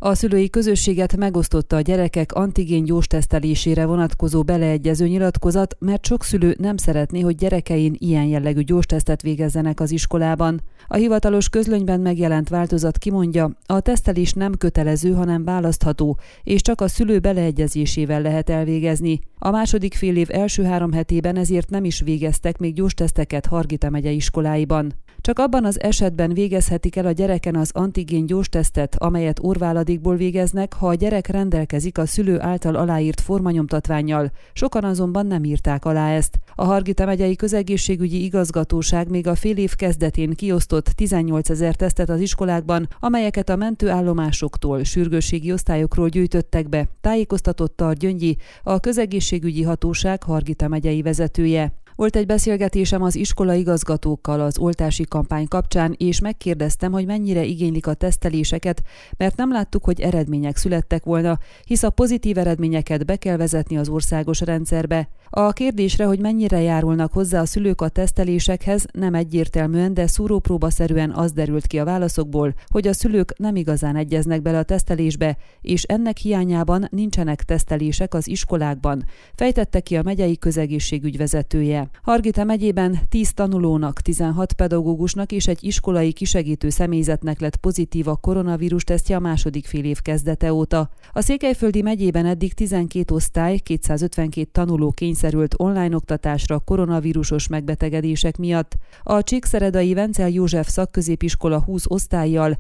A szülői közösséget megosztotta a gyerekek antigén gyógytesztelésére vonatkozó beleegyező nyilatkozat, mert sok szülő nem szeretné, hogy gyerekein ilyen jellegű gyógytesztet végezzenek az iskolában. A hivatalos közlönyben megjelent változat kimondja, a tesztelés nem kötelező, hanem választható, és csak a szülő beleegyezésével lehet elvégezni. A második félév első 3 hetében ezért nem is végeztek még gyógyteszteket Hargita megye iskoláiban. Csak abban az esetben végezhetik el a gyereken az antigén gyógytesztet, amelyet orrváladékból végeznek, ha a gyerek rendelkezik a szülő által aláírt formanyomtatvánnyal. Sokan azonban nem írták alá ezt. A Hargita megyei közegészségügyi igazgatóság még a félév kezdetén kiosztott 18 000 tesztet az iskolákban, amelyeket a mentőállomásoktól, sürgősségi osztályokról gyűjtöttek be, tájékoztatott Tar Gyöngyi, a közegészségügyi hatóság Hargita megyei vezetője. Volt egy beszélgetésem az iskola igazgatókkal az oltási kampány kapcsán, és megkérdeztem, hogy mennyire igénylik a teszteléseket, mert nem láttuk, hogy eredmények születtek volna, hisz a pozitív eredményeket be kell vezetni az országos rendszerbe. A kérdésre, hogy mennyire járulnak hozzá a szülők a tesztelésekhez, nem egyértelműen, de szúrópróbaszerűen az derült ki a válaszokból, hogy a szülők nem igazán egyeznek bele a tesztelésbe, és ennek hiányában nincsenek tesztelések az iskolákban, fejtette ki a megyei közegészségügy vezetője. Hargita megyében 10 tanulónak, 16 pedagógusnak és egy iskolai kisegítő személyzetnek lett pozitív a koronavírus tesztje a második félév kezdete óta. A Székelyföldi megyében eddig 12 osztály, 252 tanuló kényszerült online oktatásra koronavírusos megbetegedések miatt. A Csíkszeredai Vencel József szakközépiskola 20 osztállyal,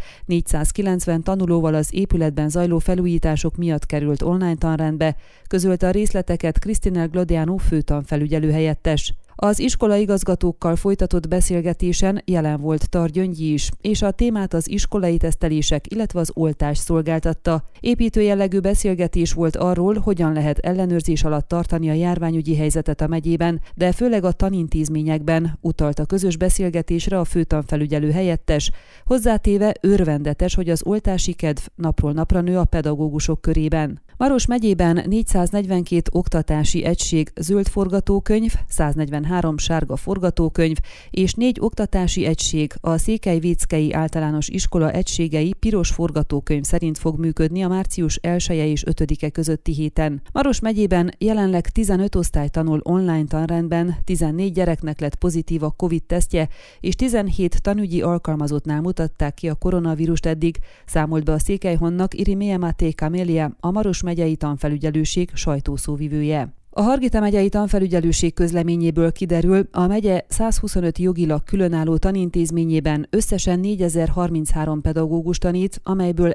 490 tanulóval az épületben zajló felújítások miatt került online tanrendbe, közölte a részleteket Krisztinel Glodiano főtanfelügyelő helyettes. Az iskola igazgatókkal folytatott beszélgetésen jelen volt Tar Gyöngyi is, és a témát az iskolai tesztelések, illetve az oltás szolgáltatta. Építő jellegű beszélgetés volt arról, hogyan lehet ellenőrzés alatt tartani a járványügyi helyzetet a megyében, de főleg a tanintézményekben, utalt a közös beszélgetésre a főtanfelügyelő helyettes, hozzátéve örvendetes, hogy az oltási kedv napról napra nő a pedagógusok körében. Maros megyében 442 oktatási egység zöld forgatókönyv, 143 sárga forgatókönyv és 4 oktatási egység, a Székelyvéckei Általános Iskola egységei piros forgatókönyv szerint fog működni a március 1-e és 5-e közötti héten. Maros megyében jelenleg 15 osztály tanul online tanrendben, 14 gyereknek lett pozitív a Covid-tesztje, és 17 tanügyi alkalmazottnál mutatták ki a koronavírust eddig, számolt be a Székelyhonnak Irimie Máté Kamélia, a Maros megyei tanfelügyelőség sajtószóvivője. A Hargita megyei tanfelügyelőség közleményéből kiderül, a megye 125 jogilag különálló tanintézményében összesen 4033 pedagógus tanít, amelyből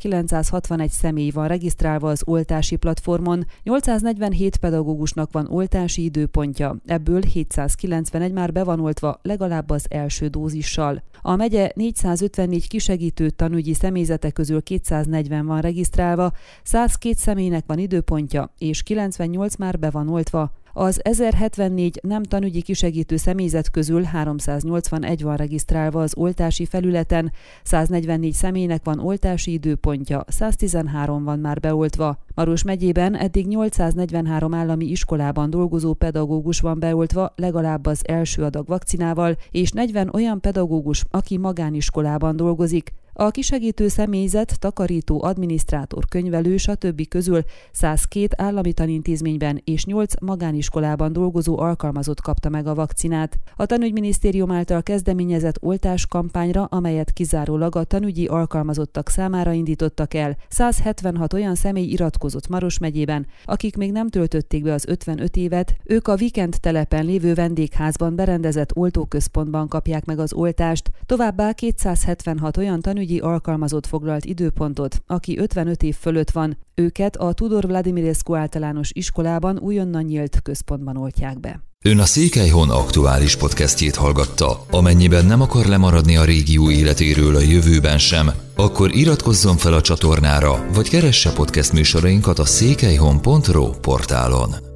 1961 személy van regisztrálva az oltási platformon, 847 pedagógusnak van oltási időpontja, ebből 791 már be van oltva legalább az első dózissal. A megye 454 kisegítő tanügyi személyzete közül 240 van regisztrálva, 102 személynek van időpontja, és 98 már be van oltva. Az 1074 nem tanügyi kisegítő személyzet közül 381 van regisztrálva az oltási felületen, 144 személynek van oltási időpontja, 113 van már beoltva. Maros megyében eddig 843 állami iskolában dolgozó pedagógus van beoltva legalább az első adag vakcinával, és 40 olyan pedagógus, aki magániskolában dolgozik. A kisegítő személyzet, takarító, adminisztrátor, könyvelő, stb. Közül 102 állami tanintézményben és 8 magániskolában dolgozó alkalmazott kapta meg a vakcinát. A Tanügyminisztérium által kezdeményezett oltáskampányra, amelyet kizárólag a tanügyi alkalmazottak számára indítottak el, 176 olyan személy iratkozott Maros megyében, akik még nem töltötték be az 55 évet, ők a Vikend telepen lévő vendégházban berendezett oltóközpontban kapják meg az oltást, továbbá 276 olyan tanügyi alkalmazott foglalt időpontot, aki 55 év fölött van, őket a Tudor Vladimirescu általános iskolában újonnan nyílt központban oltják be. Ön a Székelyhon aktuális podcastjét hallgatta. Amennyiben nem akar lemaradni a régió életéről a jövőben sem, akkor iratkozzon fel a csatornára, vagy keresse podcast műsorainkat a székelyhon.ro portálon.